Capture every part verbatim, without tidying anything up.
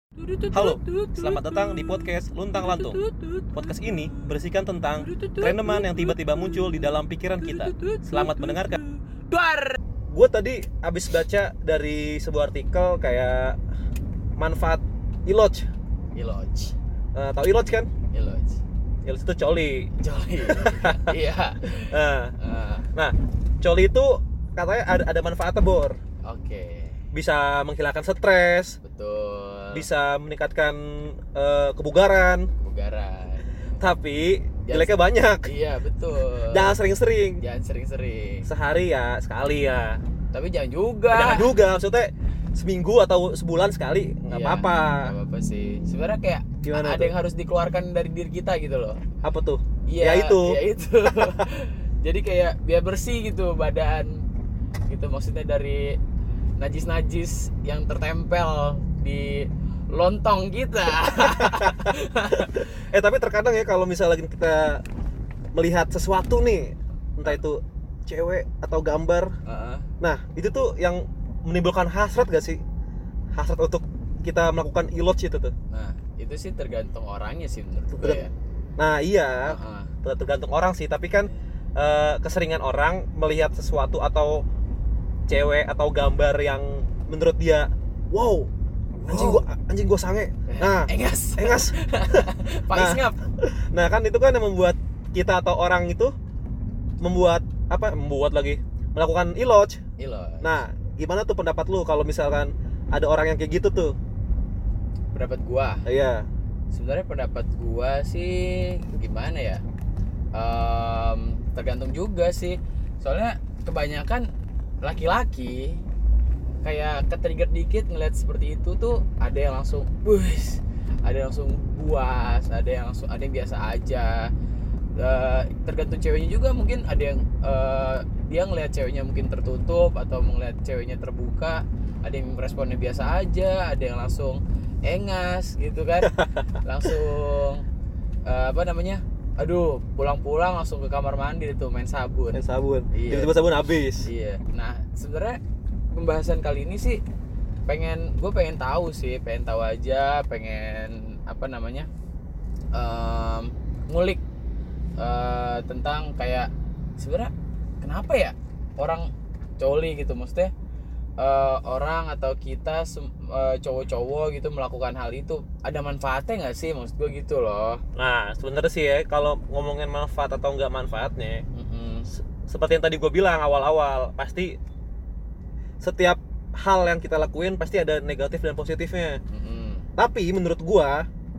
Halo, selamat datang di podcast Luntang Lantung. Podcast ini berisikan tentang randoman yang tiba-tiba muncul di dalam pikiran kita. Selamat mendengarkan. Duar. Gue tadi abis baca dari sebuah artikel kayak manfaat iloj. Iloj. Uh, tahu iloj kan? Iloj. Iloj itu coli. Coli. Iya. Nah, Uh, nah, coli itu katanya ada, ada manfaatnya, Bor. Oke. Bisa menghilangkan stres, Betul. bisa meningkatkan uh, kebugaran. Bugaran. Tapi Jangan- jeleknya banyak. Iya, betul. Jangan sering-sering. Jangan sering-sering. Sehari ya, sekali ya. Tapi jangan juga. Jangan juga, maksudnya seminggu atau sebulan sekali nggak Iya, apa-apa. Nggak apa-apa sih. Sebenarnya kayak Gimana ada tuh? yang harus dikeluarkan dari diri kita gitu loh. Apa tuh? Iya, Ya itu. Ya itu. Jadi kayak biar bersih gitu badan. Gitu maksudnya dari najis-najis yang tertempel di lontong kita. Eh tapi terkadang ya kalau misalnya kita melihat sesuatu nih, entah itu cewek atau gambar, Heeh. nah itu tuh yang menimbulkan hasrat gak sih? Hasrat untuk kita melakukan iloj itu tuh. Nah, itu sih tergantung orangnya sih menurut gue Tergan- ya. Nah iya, Heeh. ter- tergantung orang sih. Tapi kan eh, keseringan orang melihat sesuatu atau cewek atau gambar yang menurut dia, wow, anjing gua anjing gua sange. Nah, Engas. engas. Pais Nah. ngap. Nah kan itu kan yang membuat kita atau orang itu membuat apa? Membuat lagi melakukan iloj. Ilo. Nah, gimana tuh pendapat lu kalau misalkan ada orang yang kayak gitu tuh? Pendapat gua. Iya. Sebenarnya pendapat gua sih gimana ya? Em, tergantung juga sih. Soalnya kebanyakan laki-laki kayak ketrigger dikit ngeliat seperti itu tuh ada yang langsung bus, ada yang langsung buas, ada yang langsung ada yang biasa aja. Eh, tergantung ceweknya juga, mungkin ada yang eh, dia ngeliat ceweknya mungkin tertutup atau ngeliat ceweknya terbuka, ada yang responnya biasa aja, ada yang langsung engas gitu kan. Langsung eh, apa namanya, aduh pulang-pulang langsung ke kamar mandi itu main sabun. Main sabun. Iya. Tiba-tiba sabun habis. Iya. Nah, sebenarnya pembahasan kali ini sih pengen gue pengen tahu sih, pengen tahu aja, pengen apa namanya? em, ngulik eh, tentang kayak sebenarnya kenapa ya orang coli gitu, maksudnya eh, orang atau kita sem- eh, cowok-cowok gitu melakukan hal itu ada manfaatnya nggak sih, maksud gue gitu loh. Nah, sebenarnya sih ya kalau ngomongin manfaat atau enggak manfaatnya, Mm-mm. se- seperti yang tadi gue bilang awal-awal, pasti setiap hal yang kita lakuin pasti ada negatif dan positifnya. Mm-mm. Tapi menurut gue,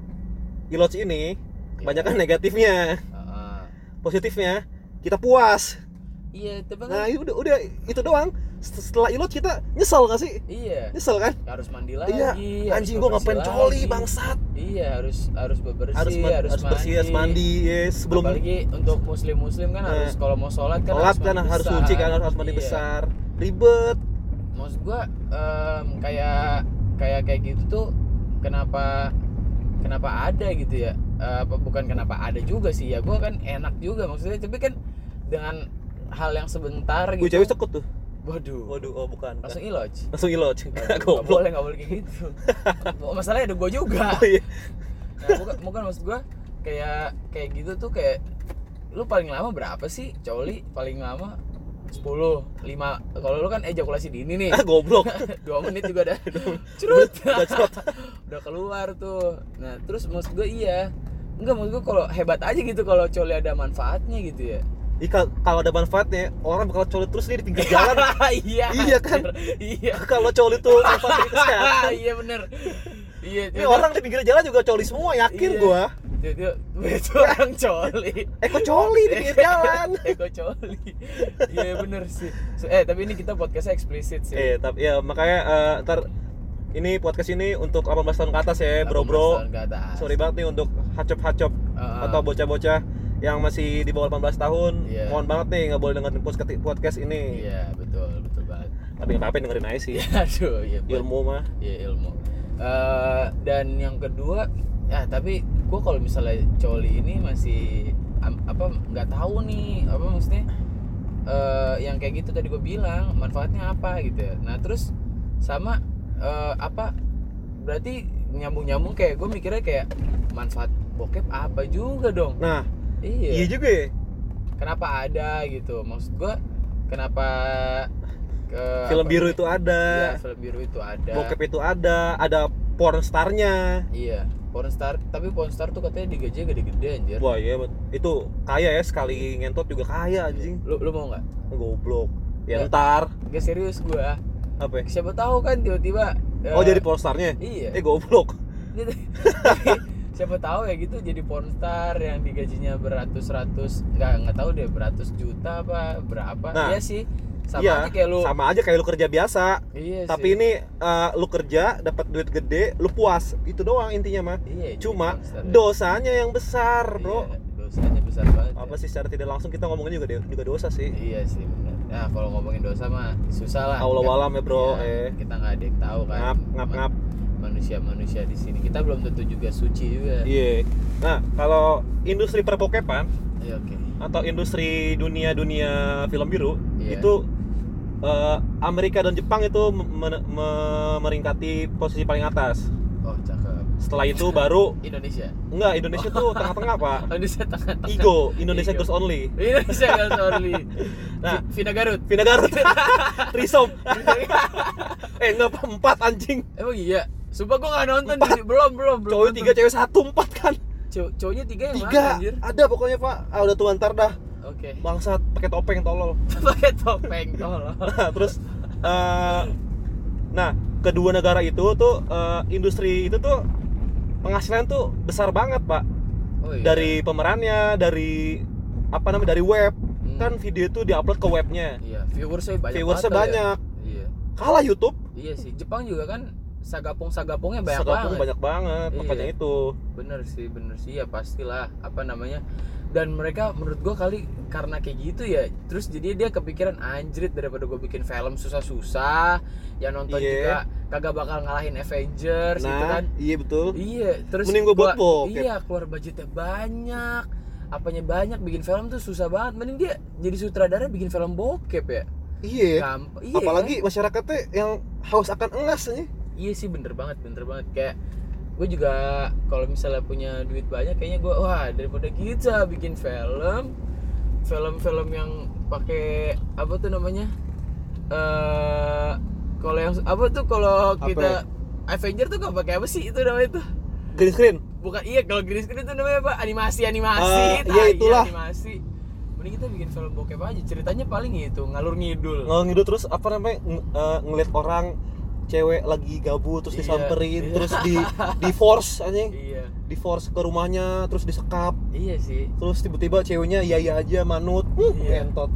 iloj ini kebanyakan negatifnya. Heeh. Positifnya kita puas. Iya, tapi kan Nah, itu udah udah itu doang. Setelah iloj kita nyesel gak sih? iya. Nyesel kan? Harus mandi lagi. Iya. harus Anjing gua ngapain bebersih coli lagi. bangsat. Iya, harus harus bebersih, Harus ma- harus, harus bersih, harus mandi ya, sebelum Apalagi untuk muslim-muslim kan Nah. harus kalau mau sholat kan sholat harus kan mandi harus besar. suci kan harus mandi Iya. besar. Ribet. Maksud gua em, kayak kayak kayak gitu tuh kenapa kenapa ada gitu ya? Eh, apa bukan kenapa ada juga sih ya. Gua kan enak juga maksudnya, tapi kan dengan hal yang sebentar Gue gitu. cewek sekut tuh. Waduh. Waduh, oh bukan. Langsung bukan. iloj. Langsung iloj. Waduh, Nggak Goblok. boleh, nggak boleh kayak gitu. Masalahnya ada gua juga. Oh, iya. Nah, bukan, bukan maksud gua kayak kayak gitu tuh kayak lu paling lama berapa sih coli? Paling lama sepuluh, lima. Kalau lu kan ejakulasi dini nih. Ah, goblok. dua menit juga udah curut. Udah cerot. Udah keluar tuh. Nah, terus maksud gua iya. Enggak, maksud gua kalau hebat aja gitu kalau coli ada manfaatnya gitu ya. Ika, kalau ada manfaatnya, orang bakal coli terus nih di pinggir jalan. Iya. Iya kan? Iya. Kalau coli tuh manfaat dari kesehatan. Iya bener. Iya, Ini orang di pinggir jalan juga coli semua, yakin Iya. gua. Itu, itu orang coli. Eko coli di pinggir jalan. Eko coli. Iya bener sih. So, eh tapi ini kita podcastnya eksplisit sih. Eh, tapi ya makanya eh, ntar ini podcast ini untuk delapan belas tahun ke atas ya, bro-bro. delapan belas tahun ke atas. Sorry banget nih untuk hacop-hacop Uh-uh. atau bocah-bocah yang masih di bawah delapan belas tahun. Iya. Mohon banget nih nggak boleh dengerin podcast podcast ini. Iya betul betul banget. Tapi nggak apa-apa dengerin aja sih. Aduh iya. buat- Ilmu mah. Iya ilmu. Eh, dan yang kedua, ya tapi gue kalau misalnya coli ini masih am- apa nggak tahu nih apa maksudnya eh, yang kayak gitu tadi gue bilang manfaatnya apa gitu ya. Nah terus sama eh, apa berarti nyambung-nyambung kayak gue mikirnya kayak manfaat bokep apa juga dong. Nah, iya. Iya juga ya. Kenapa ada gitu? Maksud gue kenapa ke Film apa biru ini? itu ada. Iya, film biru itu ada. Bokep itu ada, ada porn star-nya. Iya, pornstar, tapi pornstar tuh katanya digajinya gede-gede anjir. Wah iya, itu kaya ya, sekali ngentot juga kaya anjing. Lu lu mau nggak? Goblok. Ya Nggak. ntar. Gak serius gua. Apa ya? Siapa tahu kan tiba-tiba. Oh eh, jadi porn star-nya? Iya. Eh goblok. Gitu. Siapa tahu ya gitu jadi pornstar yang digajinya beratus-ratus, nggak nggak tahu deh beratus juta apa berapa. Nah, iya sih. Sama iya, aja kayak lu. sama aja kayak lu kerja biasa. Iya Tapi sih. ini uh, lu kerja dapat duit gede, lu puas. Itu doang intinya mah. Iya, jadi Cuma pornstar ya. dosanya yang besar, Bro. Iya, dosanya besar banget. Apa ya. sih secara tidak langsung kita ngomongin juga juga dosa sih. Iya sih benar. Nah kalau ngomongin dosa mah susah lah. Allah Kan- walam ya, Bro. iya, Eh. Kita nggak ada yang tahu kan. Ngap ngap ngap. Manusia-manusia di sini kita belum tentu juga suci juga. Iya. Nah, kalau industri perbokepan Iya oke. atau industri dunia-dunia film biru Iya. itu uh, Amerika dan Jepang itu me- me- meringkati posisi paling atas. Oh cakep. Setelah itu baru Indonesia. enggak, Indonesia tuh tengah-tengah, Pak. Indonesia tengah-tengah. Ego, Indonesia Ego. Girls Only. Indonesia Girls Only. Nah. Vi- Vina Garut. Vina Garut. Trisom. eh enggak, Pak, empat anjing. Emang iya. Sumpah gua nggak nonton di- belum belum belum. Cowok nonton. tiga, cewek satu, empat kan. Cow- cowoknya tiga yang Tiga. mana anjir? Ada pokoknya, Pak. Ah udah tua ntar dah. Oke. Bangsat pakai topeng tolol. Pakai topeng tolong. Nah, terus eh, nah kedua negara itu tuh eh, industri itu tuh penghasilan tuh besar banget, Pak. Oh iya. Dari pemerannya, dari apa namanya, dari web. Hmm. Kan video itu diupload ke webnya. Iya, viewersnya banyak. Viewersnya banget kali ya. banyak. Iya. Kalah YouTube. Iya sih. Jepang juga kan sagapung-sagapungnya banyak Segapung banget. banyak banget, Iya. makanya itu. Bener sih, bener sih ya pastilah apa namanya. Dan mereka menurut gua kali karena kayak gitu ya, terus jadi dia kepikiran anjrit daripada gua bikin film susah-susah, yang nonton Iya. juga kagak bakal ngalahin Avengers gitu Nah, kan. iya betul. Iya, terus Mending gua buat bokep. Iya, keluar budgetnya banyak, apanya banyak, bikin film tuh susah banget. Mending dia jadi sutradara bikin film bokep ya. Iya. Gampang. Iya, Apalagi kan? masyarakatnya yang haus akan elas nih. Iya sih bener banget, bener banget. Kayak gue juga kalau misalnya punya duit banyak, kayaknya gue wah daripada kita bikin film, film-film yang pakai apa tuh namanya? Eh kalau yang apa tuh kalau Apa kita ya? Avenger tuh gak pakai apa sih itu namanya tuh? Green screen. Bukan, iya kalau green screen itu namanya apa? Animasi, animasi. Ah, Tai, iya, itulah. animasi. Mending kita bikin film bokep aja. Ceritanya paling itu ngalur ngidul. Nggak ngidul, terus apa namanya, ng- eh, ngeliat orang cewek lagi gabut terus Iya. disamperin, Iya. terus di di force anjing. Iya. Di force ke rumahnya, terus disekap. Iya sih. Terus tiba-tiba ceweknya iya iya aja manut. Uh, Iya. entot.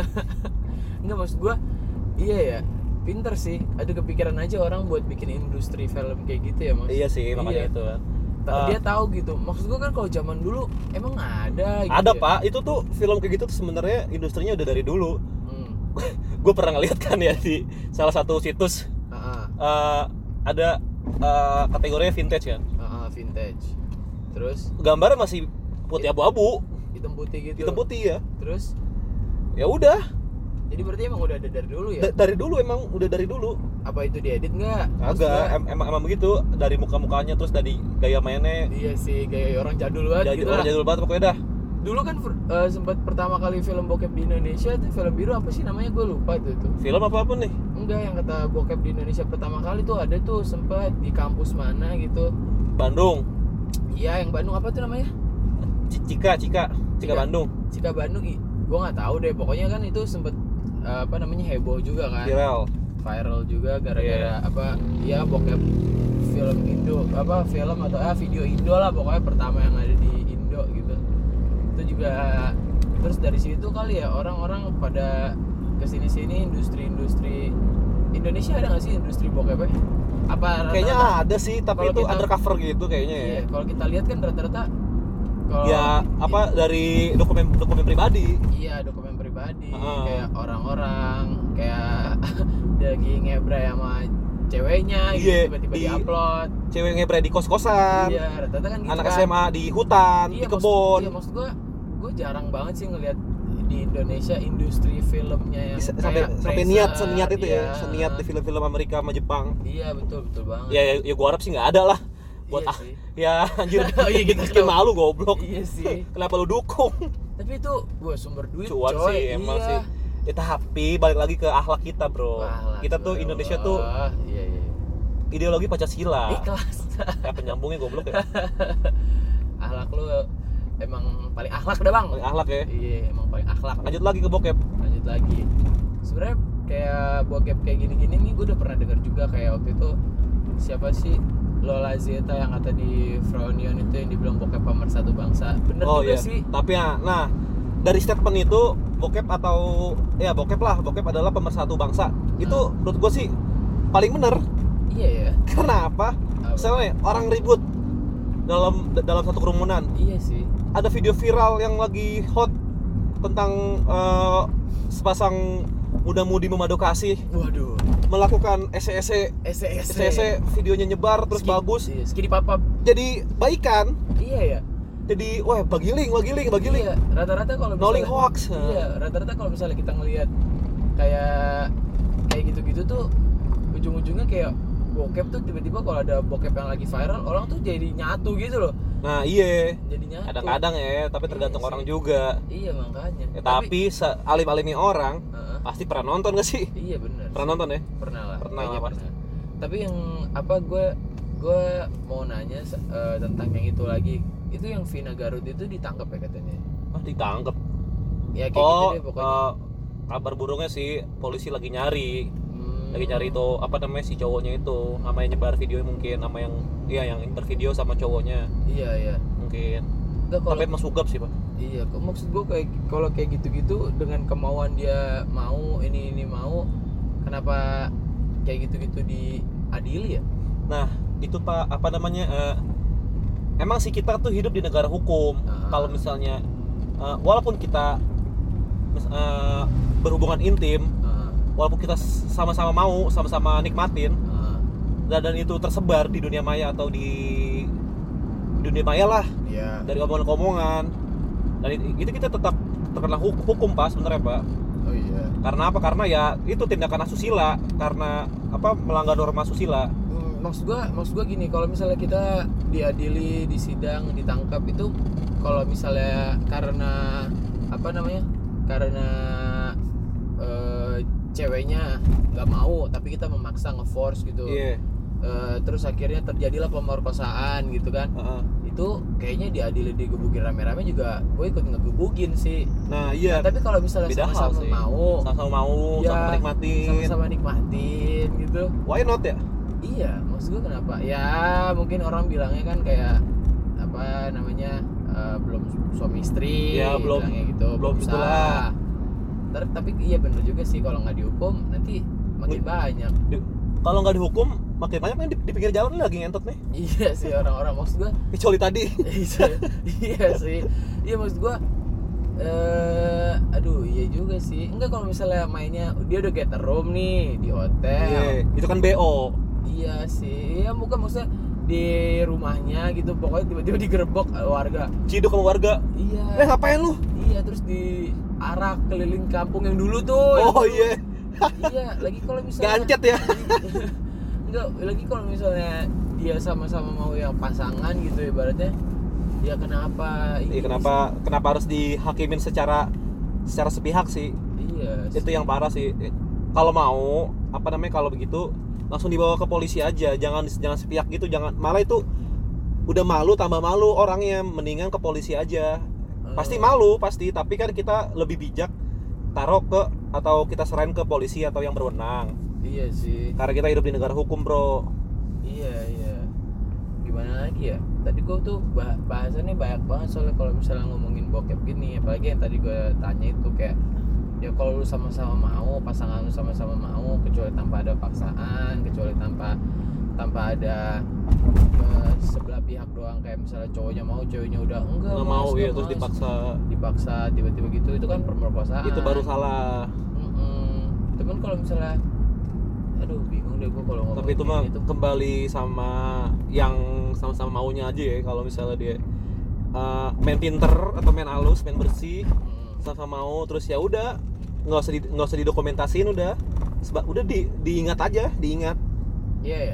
Enggak, maksud gua iya ya, pinter sih. Ada kepikiran aja orang buat bikin industri film kayak gitu ya, Mas. Iya sih, makanya Iya. itu kan. Ta- Ah. Dia tahu gitu. Maksud gua kan kalau zaman dulu emang ada gitu. Ada, ya? Pak. Itu tuh film kayak gitu tuh sebenarnya industrinya udah dari dulu. Hmm. Gue pernah ngeliat kan ya di salah satu situs, Heeh. eh, ada eh, kategorinya vintage kan. Heeh, vintage. Terus Gambarnya masih putih abu-abu, hitam putih gitu. hitam putih ya. Terus Ya udah, jadi berarti emang udah ada dari dulu ya? da- dari dulu emang udah dari dulu. Apa itu diedit enggak? Maksud Agak gua, em- emang emang begitu, dari muka-mukanya terus dari gaya mainnya. iya sih, gaya orang jadul banget Jadi gitu orang lah. jadul banget pokoknya dah. Dulu kan eh, sempat pertama kali film bokep di Indonesia tuh film biru apa sih namanya, gue lupa tuh itu. Film apapun nih. Enggak, yang kata bokep di Indonesia pertama kali tuh ada tuh sempat di kampus mana gitu. Bandung, Iya, yang Bandung apa tuh namanya? C- Cika, Cika, Cika Cika. Bandung, Cika Bandung. i- Gua nggak tahu deh. Pokoknya kan itu sempet eh, apa namanya heboh juga kan. viral. Viral juga gara-gara Iya. apa? Ya bokep film Indo apa film atau ah video Indo lah pokoknya pertama yang ada di Indo gitu. Itu juga terus dari situ kali ya orang-orang pada kesini-sini industri-industri Indonesia ada nggak sih industri bokepnya? Apa Kayaknya rata-rata- ada sih, tapi kalau itu kita- undercover gitu kayaknya ya. Iya, kalau kita lihat kan rata-rata kalau Ya apa dari dokumen dokumen pribadi. iya dokumen pribadi Ah. kayak orang-orang kayak lagi ngebray sama ceweknya gitu Iya, tiba-tiba di- di-upload. Cewek ngebray di kos-kosan. Iya, rata-rata kan gitu Anak kan. S M A di hutan, Iya, di maksud- kebun. Iya, maksud gua gua jarang banget sih ngelihat di Indonesia industri filmnya yang Bisa- kayak sampai sampai Fraser, niat seniat itu iya. ya, seniat di film-film Amerika sama Jepang. Iya, betul betul banget. Ya, ya, ya gua harap sih nggak ada lah. buat Iya ah, sih. ya anjir Oh iya, kita bikin tahu. malu goblok. Iya sih. Kenapa lu dukung? Tapi itu gua sumber duit Cuan coy. sih emang iya. sih. Ya, tapi balik lagi ke akhlak kita, bro. Wah, Kita tuh Indonesia tuh iya iya. ideologi Pancasila. Ikhlas. Ya penyambungnya goblok ya. Akhlak lu emang paling akhlak dah bang. Paling akhlak ya. Iya emang paling akhlak. Lanjut lagi ke bokep. Lanjut lagi. Sebenarnya kayak bokep kayak gini-gini nih gue udah pernah dengar juga kayak waktu itu siapa sih Lola Zeta yang kata di Fronion itu yang dibilang bokep pemersatu bangsa. Bener Oh juga iya. sih. Tapi ya, nah dari statement itu bokep atau ya bokep lah, bokep adalah pemersatu bangsa. Itu Hmm. menurut gue sih paling bener. Iya ya. Karena apa? Apa? Misalnya orang ribut dalam dalam satu kerumunan. Iya sih. Ada video viral yang lagi hot tentang eh, sepasang muda-mudi memadu kasih Waduh. melakukan S E S E S E S S E S E, videonya nyebar terus Ski- bagus. Iya, skidi papa. Jadi baikan. Iya ya. Jadi wah bagiling, bagiling, bagiling. Iya, rata-rata kalau Knowing misalnya hoax. Iya, rata-rata kalau misalnya kita ngelihat kayak kayak gitu-gitu tuh ujung-ujungnya kayak bokep tuh tiba-tiba kalau ada bokep yang lagi viral orang tuh jadi nyatu gitu loh. Nah, iya. Jadi nyatu. Kadang-kadang ya, tapi tergantung Iya orang sih. juga. Iya makanya. Ya, tapi sealim-alimnya orang Heeh. pasti pernah nonton gak sih? Iya benar. Pernah nonton ya? Pernah lah. Pernah kayaknya lah, pasti. Tapi yang apa gue gue mau nanya eh, tentang yang itu lagi. Itu yang Vina Garut itu ditangkap ya katanya. Ah, ditangkap. Ya kayak Oh, gitu deh pokoknya. eh, kabar burungnya sih polisi lagi nyari. Hmm. Lagi nyari itu apa namanya si cowoknya itu, sama yang nyebar video mungkin, sama yang iya yang nyebar video sama cowoknya Iya iya. mungkin. Enggak kalau Tapi emang sugap sih, Pak. iya, kok maksud gue kayak kalau kayak gitu-gitu dengan kemauan dia mau ini ini mau, kenapa kayak gitu-gitu diadili ya? Nah, itu Pak, apa namanya? eh, emang sih kita tuh hidup di negara hukum. Ah. Kalau misalnya eh, walaupun kita mis- eh, berhubungan intim, Heeh. walaupun kita sama-sama mau, sama-sama nikmatin, Heeh. dan, dan itu tersebar di dunia maya atau di dunia maya lah, Iya. dari omongan-omongan, dan it- itu kita tetap terkena hu- hukum Pak sebenarnya Pak. Oh iya. Karena apa? Karena ya itu tindakan asusila, karena apa melanggar norma asusila. Hmm, maksud gua maksud gua gini, kalau misalnya kita diadili, di sidang, ditangkap itu kalau misalnya karena apa namanya? Karena eh, ceweknya nggak mau tapi kita memaksa nge-force gitu. Iya. Eh, terus akhirnya terjadilah pemerkosaan gitu kan. Heeh. Itu kayaknya diadili digebukin rame-rame juga gue ikut ngegebukin sih. Nah iya. Nah, tapi kalau misalnya Beda hal sama-sama sih. mau, Sama-sama mau, Ya, sama nikmatin. sama-sama nikmatin gitu. Why not ya? Iya, maksud gue kenapa? Ya mungkin orang bilangnya kan kayak apa namanya eh, belum suami istri, Ya, belum- bilangnya gitu, belum sah. itulah. Ter- tapi iya bener juga sih kalau nggak dihukum nanti makin Nge- banyak. Di- kalau nggak dihukum makin banyak kan di, di pinggir jalan lagi ngentot nih. Iya sih orang-orang maksud gue. Kecuali tadi. Iya sih. Iya maksud gua eh aduh iya juga sih. Enggak kalau misalnya mainnya dia udah get a room nih di hotel. Iya, itu kan B O. Iya sih. Iya bukan maksudnya di rumahnya gitu pokoknya tiba-tiba digerebek warga. Ciduk sama warga. Iya. Eh ngapain lu? Iya terus diarak keliling kampung yang dulu tuh. yang Oh dulu. iya. Iya, lagi kalau misalnya Gancet ya. Enggak, lagi kalau misalnya dia sama-sama mau yang pasangan gitu ibaratnya. Ya kenapa? Iya, kenapa kenapa harus dihakimin secara secara sepihak sih? Iya. Itu sih. yang parah sih. Kalau mau apa namanya kalau begitu langsung dibawa ke polisi aja, jangan jangan sepihak gitu, jangan malah itu udah malu tambah malu orangnya, mendingan ke polisi aja. Pasti Eh, malu pasti, tapi kan kita lebih bijak taruh ke atau kita serahin ke polisi atau yang berwenang. Iya sih. Karena kita hidup di negara hukum, Bro. Iya iya. Gimana lagi ya? Tadi gua tuh bah- bahasannya banyak banget soalnya kalau misalnya ngomongin bokep gini, apalagi yang tadi gua tanya itu kayak ya kalau lu sama-sama mau, pasangan lu sama-sama mau, kecuali tanpa ada paksaan, kecuali tanpa tanpa ada eh, sebelah pihak doang kayak misalnya cowoknya mau, ceweknya udah enggak Nggak Mas, mau nggak ya terus mas." dipaksa. dipaksa tiba-tiba gitu itu kan pemerkosaan. Itu baru salah. Mm-mm. Cuman kalau misalnya aduh bingung deh gua kalau ngomong Tapi itu mah itu. kembali sama yang sama-sama maunya aja ya. Kalau misalnya dia uh, main pinter atau main halus, main bersih, Mm. sama mau terus ya udah nggak usah di, nggak usah didokumentasiin udah. Seba, udah di, diingat aja, diingat. Iya ya.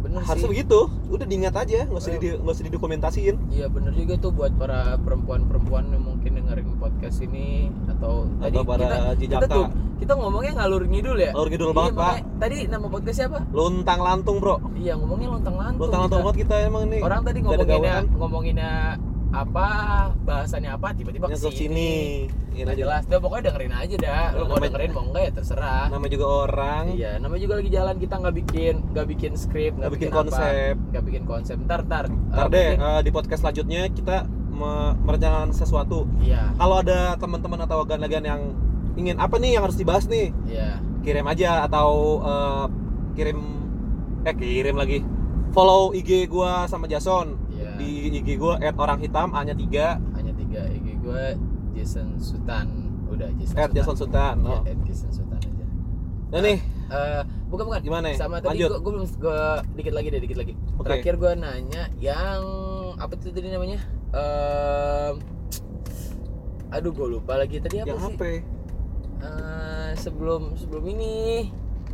bener harusnya sih. begitu, udah diingat aja, nggak usah Eh. di nggak usah didokumentasiin. Iya bener juga tuh buat para perempuan-perempuan yang mungkin dengerin podcast ini atau, Atau tadi para kita kita jejaka. tuh kita ngomongnya ngalur ngidul ya. Ngalur ngidul Iya, banget, Pak. makanya tadi nama podcast siapa? Luntang lantung, bro. Iya ngomongnya lontang lantung. Luntang lantung kita. banget kita emang nih. Orang tadi Nggak ada ngomonginnya gawean. ngomonginnya apa, bahasannya apa, tiba-tiba Yang ke ke sini. sini. Iya, Nggak jelas, udah pokoknya dengerin aja dah. Lu mau Namanya- dengerin mau enggak ya terserah. Nama juga orang. Iya, namanya juga lagi jalan, kita nggak bikin nggak bikin skrip, Nggak bikin apa, konsep. nggak bikin konsep. Ntar ntar. Ntar eh, deh mungkin- eh, di podcast selanjutnya kita me- merencanakan sesuatu. Iya, Kalau ada teman-teman atau agan-agan yang ingin apa nih yang harus dibahas nih, iya. kirim aja atau eh, kirim eh kirim lagi. Follow I G gua sama Jason. Iya. Di I G gua et orang hitam hanya tiga, Hanya tiga I G gue Jason Sultan. Udah Jason et Jason Sultan. Iya, Oh. at Jason Sultan aja. Nah nih, Eh, bukan bukan. Gimana ya? Sama tadi Lanjut. gue belum gue dikit lagi deh, dikit lagi. Oke. Terakhir gue nanya yang apa tuh tadi namanya? Ehm, aduh gue lupa lagi tadi apa yang sih? H P. Eh, sebelum sebelum ini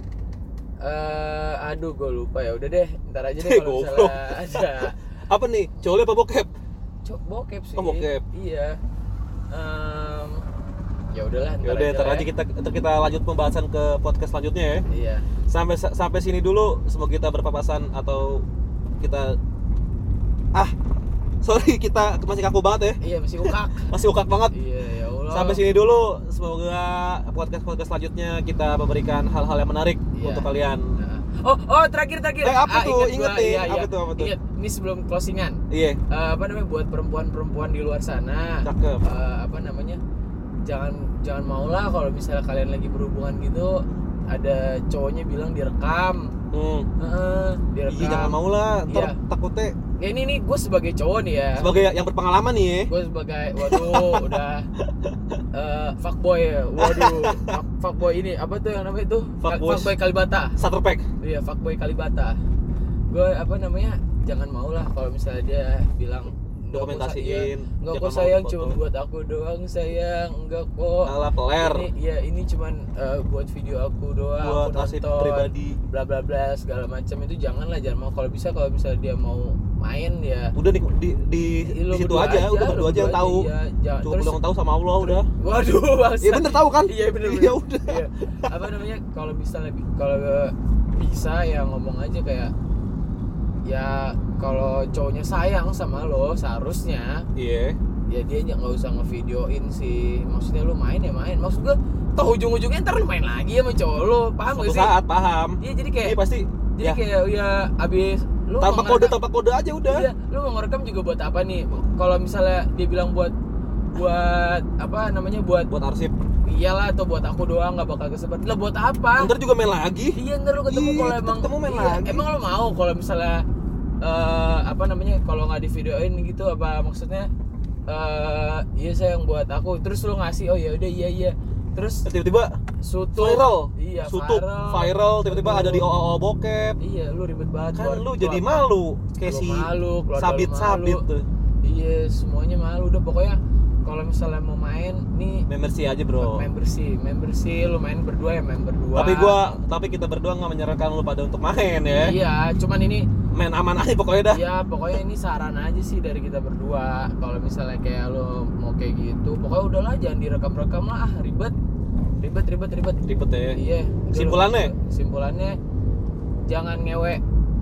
eh aduh gue lupa ya udah deh ntar aja deh kalau Goblok. misalnya ada Apa nih? Cowok apa bokep? cok bokep sih. Oh, bokep. Iya. Em, ya udahlah Ya udah, ntar lah aja ya. kita ntar kita lanjut pembahasan ke podcast selanjutnya ya. Iya. Sampai sampai sini dulu, semoga kita berpapasan atau kita ah sorry kita masih kaku banget ya, Iya masih ukak. masih ukak banget. Iya ya Allah. Sampai sini dulu, semoga podcast podcast selanjutnya kita memberikan hal-hal yang menarik Iya. untuk kalian. Nah. Oh oh terakhir terakhir. Eh, apa tuh? ingat Inget gua. nih. Iya, Apa iya. tuh, apa tuh? Ingat. Ini sebelum closingan. Iya, Eh, apa namanya buat perempuan-perempuan di luar sana. cakep. Eh, apa namanya? Jangan jangan maulah kalau misalnya kalian lagi berhubungan gitu ada cowoknya bilang direkam. Hmm. Heeh, direkam. Iya, jangan mau lah, ntar Iya. takutnya Ya ini nih gue sebagai cowok nih ya. sebagai yang berpengalaman nih ya. Gue sebagai waduh udah eh fuckboy ya. Waduh, fuck- fuckboy ini apa tuh yang namanya tuh? Kal- Fuckboy. Fuckboy Kalibata. Starter pack. Iya, fuckboy Kalibata. Gue apa namanya? Jangan mau lah kalau misalnya dia bilang "Enggak kok, Dokumentasiin, sa- iya, enggak jangan kok mau sayang dipoto." cuma buat aku doang sayang, enggak kok. Alah peler. Ini ya ini cuman eh, buat video aku doang, Buat aku arsip nonton, pribadi. bla bla bla segala macam itu janganlah, jangan mau. Kalau bisa kalau misalnya dia mau main ya Udah di di di, Ih, lu di situ berdua aja, udah lu berdua aja yang berdua tahu. iya, jangan- Cukup terus- udah tahu sama Allah udah. waduh bangsa. Iya bener tahu kan? Iya bener bener. Iya udah. Iya. Apa namanya kalau bisa lebih kalau bisa ya ngomong aja kayak ya kalau cowoknya sayang sama lo seharusnya Iya. ya dia nggak usah ngevideoin sih. Maksudnya lu main ya main. Maksud gua toh ujung-ujungnya ntar lu main lagi sama cowok lu, paham Suatu gak sih? saat paham. Iya jadi kayak Iya pasti. jadi Ya, kayak ya abis lu tanpa mau kode ngerekam- tanpa kode aja udah. Iya, lu mau ngerekam juga buat apa nih? Kalau misalnya dia bilang buat buat apa namanya buat Buat arsip. iyalah atau buat aku doang nggak bakal kesempatan. Lah buat apa? Ntar juga main lagi. Iya ntar lu ketemu Iya, kalau ntar emang ketemu main iya, lagi. emang lu mau kalau misalnya eh, apa namanya kalau nggak di videoin gitu apa maksudnya eh iya sayang buat aku terus lu ngasih oh ya udah iya iya terus Tiba-tiba sutup viral. iya Sutup viral, tiba-tiba ada di O O O bokep. iya lu ribet banget Kan keluar- lu jadi keluar- malu kayak lu si malu, keluarga lu sabit-sabit malu. tuh. Iya semuanya malu udah pokoknya kalau misalnya mau main nih Membership aja, Bro. main bersih main bersih lu main berdua ya main berdua Tapi gua tapi kita berdua nggak menyarankan lu pada untuk main ya. iya cuman ini Main aman aja pokoknya dah. ya pokoknya ini saran aja sih dari kita berdua kalau misalnya kayak lo mau kayak gitu pokoknya udahlah jangan direkam-rekam lah ah ribet ribet ribet ribet Ribet ya. iya itu Simpulannya? loh. Simpulannya jangan ngewe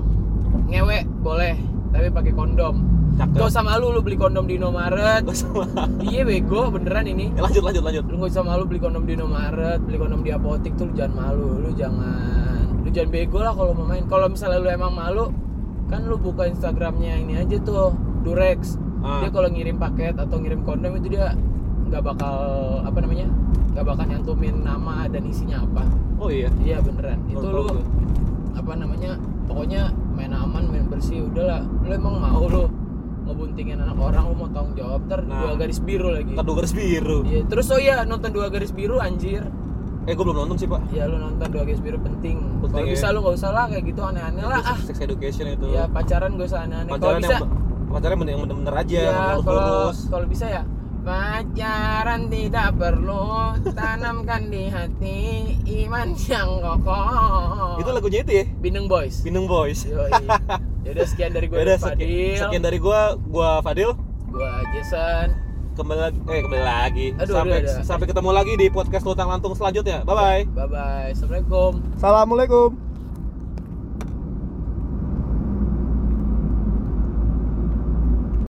ngewe boleh tapi pakai kondom. Cakep. Gak usah malu lu beli kondom di Indomaret. Gak usah. Iya bego beneran ini. Ya, lanjut lanjut lanjut. Lu gak usah malu beli kondom di Indomaret, beli kondom di apotik tuh lu jangan malu, lu jangan lu jangan bego lah kalau mau main. Kalau misalnya lu emang malu, kan lu buka Instagramnya ini aja tuh, Durex. Ah. Dia kalau ngirim paket atau ngirim kondom itu dia nggak bakal apa namanya, nggak bakal nyantumin nama dan isinya apa. Oh iya. Iya beneran. Itu Baru lu tahu tuh. apa namanya, pokoknya main aman, main bersih, udahlah. Lu emang mau lu ngebuntingin anak orang, lu mau tanggung jawab, ntar Nah. dua garis biru lagi. Ntar dua garis biru. Iya, terus oh iya nonton dua garis biru anjir. Eh gue belum nonton sih, Pak. Ya lu nonton dua garis biru penting. Penting Kalau ya. bisa lu nggak usah lah kayak gitu aneh-aneh lah ah. Sex education itu. Ya pacaran gak usah aneh-aneh. Kalau Pacaran bisa yang pacaran yang bener-bener aja, ya harus kalau lurus. kalau bisa ya pacaran tidak perlu, tanamkan di hati iman yang kokoh. Itu lagunya itu ya? Binung Boys. Binung Boys. Yoi. Yaudah sekian dari gue Yaudah, Fadil. sekian, sekian dari gua, gua Fadil. Gua Jason. Kembali lagi, eh kembali lagi. Aduh, sampai aduh, aduh. sampai ketemu lagi di podcast Luntang Lantung selanjutnya. Bye bye. Bye bye. Assalamualaikum. Assalamualaikum.